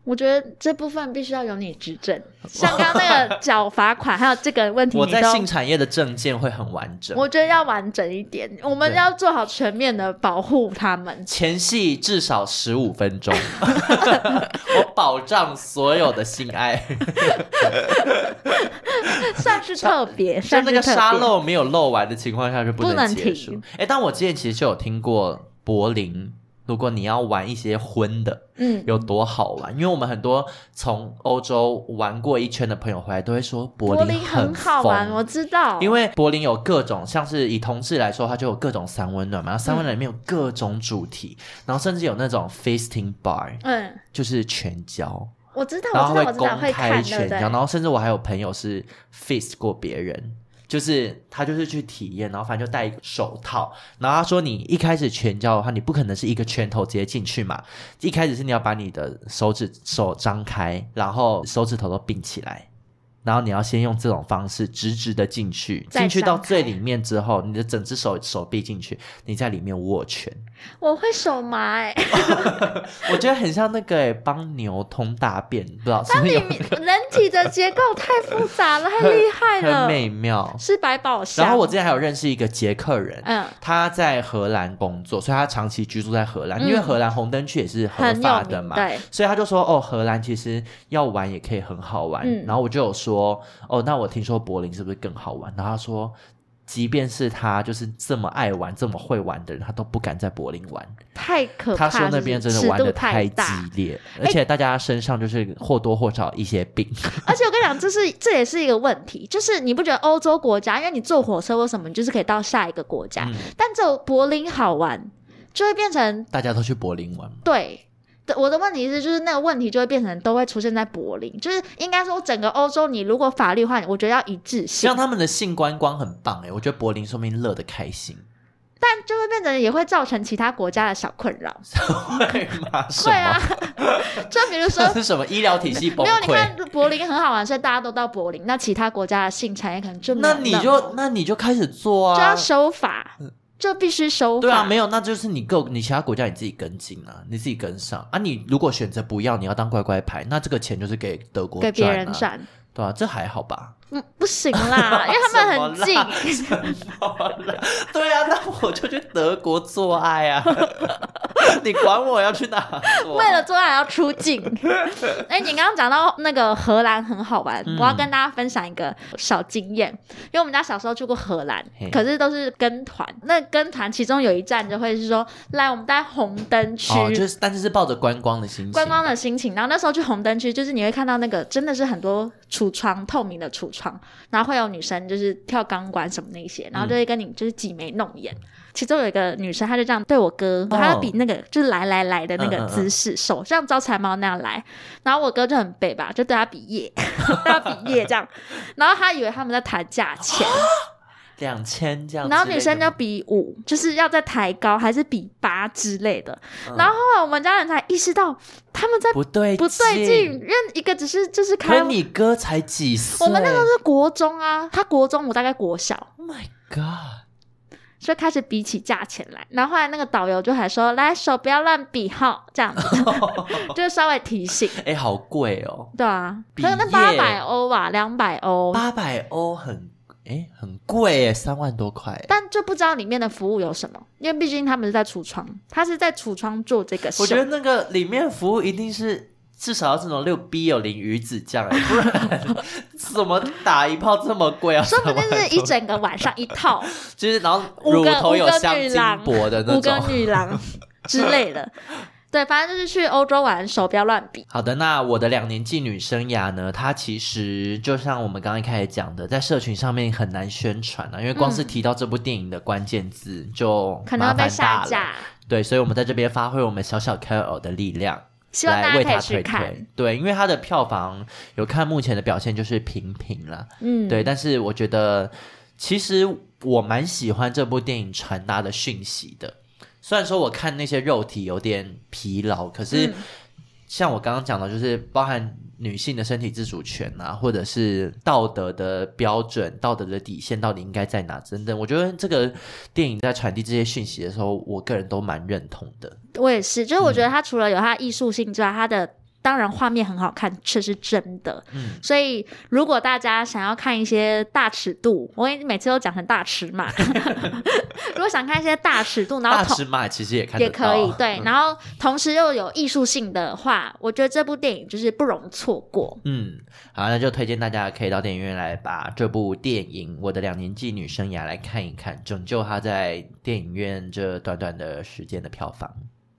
我觉得这部分必须要由你指正，像刚刚那个缴罚款还有这个问题我在性产业的证件会很完整， 我觉得要完整一点，我们要做好全面的保护他们。 前戏至少十五分钟我保障所有的性爱算是特别， 像那个沙漏没有漏完的情况下就不能结束。哎，但我之前其实就有听过柏林，如果你要玩一些荤的，嗯，有多好玩？因为我们很多从欧洲玩过一圈的朋友回来都会说柏林 很, 很好玩，我知道。 因为柏林有各种，像是以同志来说，它就有各种三温暖嘛，然后三温暖里面有各种主题，嗯、然后甚至有那种 feasting bar， 嗯，就是全交。 我知道， 然后会公开全交，然后甚至我还有朋友是 fist 过别人。就是他就是去体验，然后反正就戴一个手套，然后他说你一开始拳交的话，你不可能是一个拳头直接进去嘛，一开始是你要把你的手指手张开，然后手指头都并起来，然后你要先用这种方式直直的进去，进去到最里面之后，你的整只手手臂进去，你在里面握拳。 我会手麻哎、欸， 我觉得很像那个哎、欸，帮牛通大便，不知道是不是有、那个、人体的结构太复杂了，太厉害了， 很美妙， 是百宝箱。 然后我之前还有认识一个捷克人，嗯，他在荷兰工作，所以他长期居住在荷兰，嗯、因为荷兰红灯区也是合法的嘛，对，所以他就说哦，荷兰其实要玩也可以很好玩。嗯、然后我就有说哦，那我听说柏林是不是更好玩？然后他说。即便是他就是这么爱玩这么会玩的人，他都不敢在柏林玩， 太可怕。 他说那边真的玩得太激烈，而且大家身上就是或多或少一些病。 而且我跟你讲，这是这也是一个问题，就是你不觉得欧洲国家，因为你坐火车或什么，你就是可以到下一个国家，嗯、但只有柏林好玩，就会变成大家都去柏林玩。 对。我的问题是就是那个问题就会变成都会出现在柏林，就是应该说整个欧洲你如果法律化我觉得要一致性， 像他们的性观光很棒耶，我觉得柏林说明乐得开心， 但就会变成也会造成其他国家的小困扰。 会吗？ 会啊，就比如说是什么医疗体系崩溃。 没有，你看柏林很好玩，所以大家都到柏林，那其他国家的性产业可能就没有。 那你就那你就开始做啊， 就要守法。嗯就必须守法。 对啊，没有，那就是你各你其他国家你自己跟进啊，你自己跟上啊。你如果选择不要，你要当乖乖牌，那这个钱就是给德国赚、啊、 给别人赚， 对啊，这还好吧？ 嗯，不行啦，因为他们很近。 对啊，那我就去德国做爱啊！你管我要去哪做？ 为了做爱要出境。哎、欸，你刚刚讲到那个荷兰很好玩、嗯，我要跟大家分享一个小经验，因为我们家小时候去过荷兰，可是都是跟团。那跟团其中有一站就会是说，来我们在红灯区、 哦，就是但是是抱着观光的心情， 观光的心情。然后那时候去红灯区，就是你会看到那个真的是很多橱窗，透明的橱窗，然后会有女生就是跳钢管什么那些，然后就会跟你就是挤眉弄眼。嗯，其中有一个女生，她就这样对我哥，她要比那个就是来来来的那个姿势，手像招财猫那样来，然后我哥就很背吧，就对他比耶，对他比耶这样，然后他以为他们在谈价钱， 两千这样， 然后女生就比五，就是要在抬高还是比八之类的，嗯、然后后来我们家人才意识到他们在不对不对劲，因为一个只是就是开， 可你哥才几岁？ 我们那时候是国中啊，他国中，我大概国小。 Oh my god！ 就开始比起价钱来，然后后来那个导游就还说，来手不要乱比号这样子，就是稍微提醒。 哎、欸，好贵哦。 对啊，可能那八百欧吧，两百欧。 八百欧很哎、欸、很贵耶，三万多块。 但就不知道里面的服务有什么，因为毕竟他们是在橱窗，他是在橱窗做这个秀。 我觉得那个里面服务一定是。至少要这种六 B 有淋鱼子酱，不然怎么打一炮这么贵啊？ 说不定是一整个晚上一套， 就是然后乳头有镶金箔的那种， 五个女郎之类的。对，反正就是去欧洲玩，手不要乱比。 好的，那我的两年妓女生涯呢？它其实就像我们刚刚一开始讲的，在社群上面很难宣传啊，因为光是提到这部电影的关键字就可能要被下架。 对，所以我们在这边发挥我们小小 K O L 的力量。 希望大家可以去看， 对，因为它的票房有看目前的表现就是平平啦，嗯，对，但是我觉得其实我蛮喜欢这部电影传达的讯息的，虽然说我看那些肉体有点疲劳，可是、嗯、像我刚刚讲的，就是包含女性的身体自主权啊，或者是道德的标准、道德的底线到底应该在哪等等，我觉得这个电影在传递这些讯息的时候，我个人都蛮认同的。 我也是，就是我觉得它除了有它艺术性之外，它的当然画面很好看，这是真的。嗯，所以如果大家想要看一些大尺度，我每次都讲成大尺码如果想看一些大尺度，然后大尺码其实也看得到， 也可以，对、嗯、然后同时又有艺术性的话，我觉得这部电影就是不容错过。 嗯，好，那就推荐大家可以到电影院来把这部电影《我的两年妓女生涯》来看一看，拯救他在电影院这短短的时间的票房。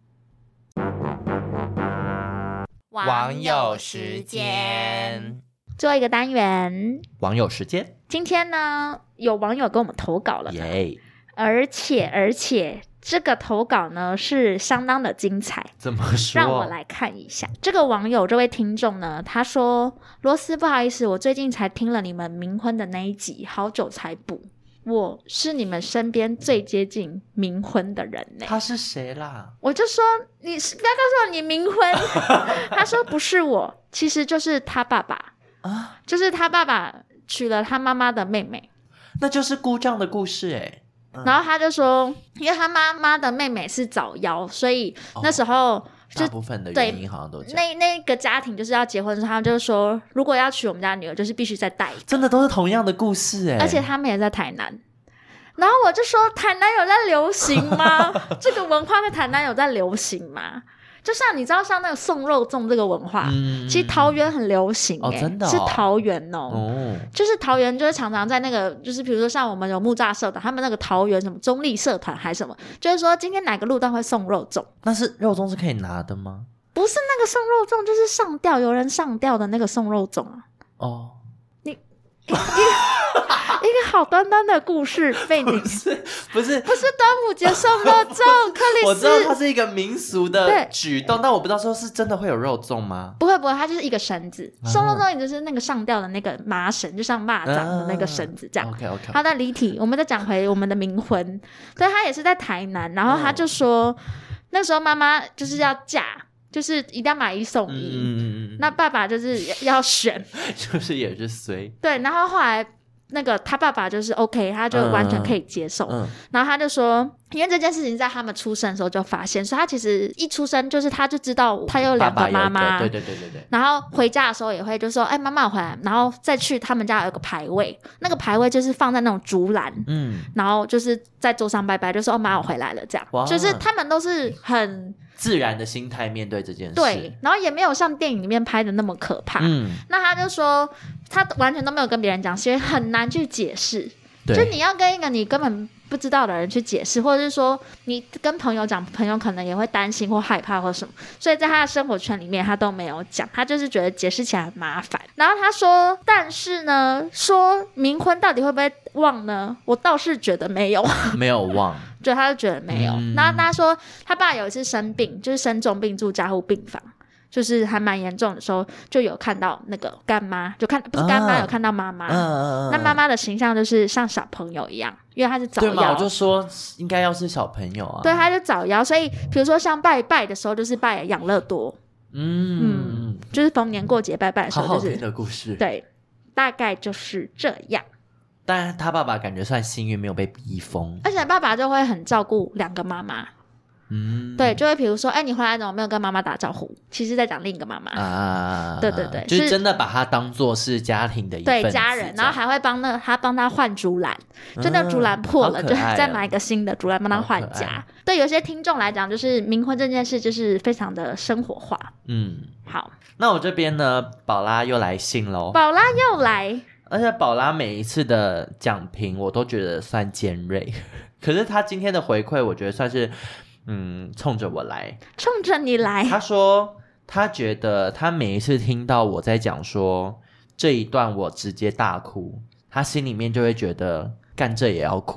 网友时间， 最后一个单元， 网友时间。 今天呢，有网友跟我们投稿了， 耶！ 而且而且这个投稿呢是相当的精彩。 怎么说？ 让我来看一下。这个网友，这位听众呢，他说：罗斯，不好意思，我最近才听了你们冥婚的那一集，好久才补。我是你们身边最接近冥婚的人呢。 他是谁啦？ 我就说你不要告诉我你冥婚他说不是我，其实就是他爸爸啊，就是他爸爸娶了他妈妈的妹妹。 那就是姑丈的故事耶、 嗯、然后他就说因为他妈妈的妹妹是早夭，所以那时候、哦大部分的原因好像都这样。 那那个家庭就是要结婚的时候，他们就说如果要娶我们家女儿，就是必须再带一个。 真的都是同样的故事哎， 而且他们也在台南。然后我就说台南有在流行吗？这个文化在台南有在流行吗？就像你知道像那个送肉粽这个文化、嗯、其实桃园很流行、欸哦、真的、哦、 是桃园 哦, 哦就是桃园就是常常在那个就是比如说像我们有木栅社团，他们那个桃园什么中立社团还是什么，就是说今天哪个路段会送肉粽。 那是肉粽是可以拿的吗？ 不是那个送肉粽，就是上吊有人上吊的那个送肉粽啊。 哦， 你一个一个好端端的故事被你不是不是不是端午节送肉粽，克里斯我知道它是一个民俗的举动，但我不知道说是真的会有肉粽吗？ 不会不会，它就是一个绳子、啊、送肉粽就是那个上吊的那个麻绳，就像蚂蚱的那个绳子这样、 啊、OK OK。 好的，离题，我们再讲回我们的冥婚。对，他也是在台南，然后他就说、哦、那时候妈妈就是要嫁，就是一定要买一送一、嗯、那爸爸就是要选就是也是随对，然后后来那个他爸爸就是 OK， 他就完全可以接受、嗯嗯、然后他就说因为这件事情在他们出生的时候就发现，所以他其实一出生就是他就知道他有两个妈妈， 对对对对对。 然后回家的时候也会就说哎，妈妈回来，然后再去他们家有个牌位，那个牌位就是放在那种竹篮，嗯，然后就是在桌上拜拜，就说哦妈我回来了这样，就是他们都是很自然的心态面对这件事， 对，然后也没有像电影里面拍的那么可怕。嗯，那他就说他完全都没有跟别人讲，所以很难去解释。就你要跟一个你根本不知道的人去解释，或者是说你跟朋友讲，朋友可能也会担心或害怕或什么，所以在他的生活圈里面他都没有讲，他就是觉得解释起来很麻烦。然后他说但是呢说冥婚到底会不会忘呢，我倒是觉得没有没有忘， 对，他就觉得没有、嗯、然后他说他爸有一次生病，就是生重病住加护病房，就是还蛮严重的时候，就有看到那个干妈，就看不是干妈、啊、有看到妈妈、啊、那妈妈的形象就是像小朋友一样，因为她是早夭， 对嘛，我就说应该要是小朋友啊， 对，她就早夭，所以比如说像拜拜的时候就是拜养乐多， 嗯, 嗯就是逢年过节拜拜的时候、就是、 好好听的故事， 对，大概就是这样。 但他爸爸感觉算幸运没有被逼疯， 而且爸爸就会很照顾两个妈妈，嗯，对，就会比如说哎，你回来怎么没有跟妈妈打招呼，其实在讲另一个妈妈啊，对对对， 就是真的把他当作是家庭的一份子， 对家人，然后还会帮那他帮他换竹篮，就那竹篮破了、嗯、就再买一个新的竹篮帮他换家。对有些听众来讲就是冥婚这件事就是非常的生活化。嗯，好， 那我这边呢宝拉又来信咯， 宝拉又来， 而且宝拉每一次的讲评我都觉得算尖锐，可是他今天的回馈我觉得算是嗯，冲着我来， 冲着你来。 他说他觉得他每一次听到我在讲说这一段我直接大哭，他心里面就会觉得干这也要哭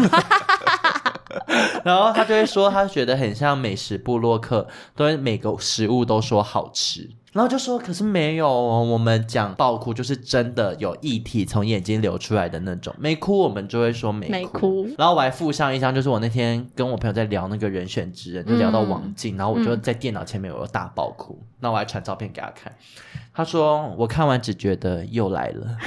然后他就会说他觉得很像美食部落客，都每个食物都说好吃，然后就说可是没有，我们讲爆哭就是真的有液体从眼睛流出来的那种，没哭我们就会说没哭, 没哭然后我还附上一张就是我那天跟我朋友在聊那个人选之人，就聊到王静、嗯、然后我就在电脑前面有大爆哭、嗯、那我还传照片给他看，他说我看完只觉得又来了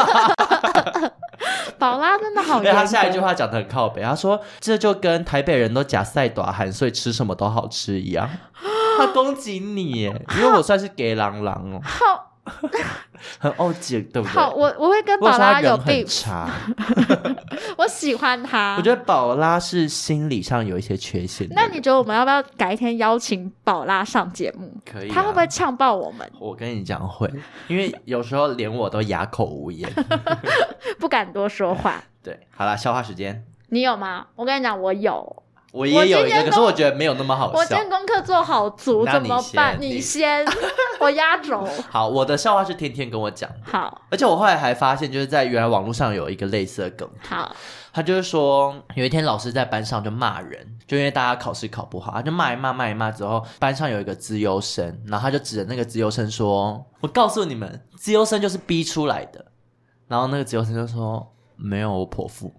宝拉真的好严格， 因为他下一句话讲得很靠北，他说这就跟台北人都假赛短寒所以吃什么都好吃一样他攻击你耶，因为我算是给狼狼哦。 好， 很欧姐，对不对？ 好，我我会跟宝拉有病。差我喜欢他。 我觉得宝拉是心理上有一些缺陷。 那你觉得我们要不要改一天邀请宝拉上节目？ 可以、啊。 他会不会呛爆我们？ 我跟你讲会，因为有时候连我都哑口无言， 不敢多说话。 对，好啦，笑话时间。 你有吗？我跟你讲，我有。 我也有一个，可是我觉得没有那么好笑。 我今天功课做好足，怎么办？ 你先，我压轴。 好，我的笑话是天天跟我讲的。 好， 而且我后来还发现，就是在原来网络上有一个类似的梗。 好， 他就是说，有一天老师在班上就骂人，就因为大家考试考不好，他就骂一骂骂一骂之后，班上有一个资优生，然后他就指着那个资优生说：“我告诉你们，资优生就是逼出来的。”然后那个资优生就说：“没有，我剖腹。”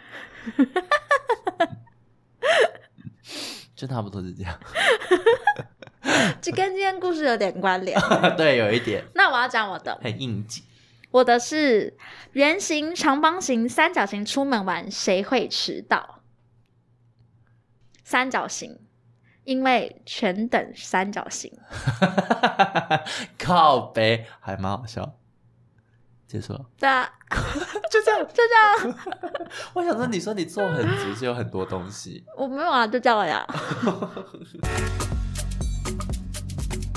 就差不多是这样。 这跟今天故事有点关联。 对，有一点。 那我要讲我的， 很应景。 我的是圆形、长方形、三角形出门玩，谁会迟到？三角形，因为全等三角形。 靠北，还蛮好笑。结束了。 对啊， 就这样， 就这样。 我想说，你说你做很足，是有很多东西。 我没有啊，就这样了呀。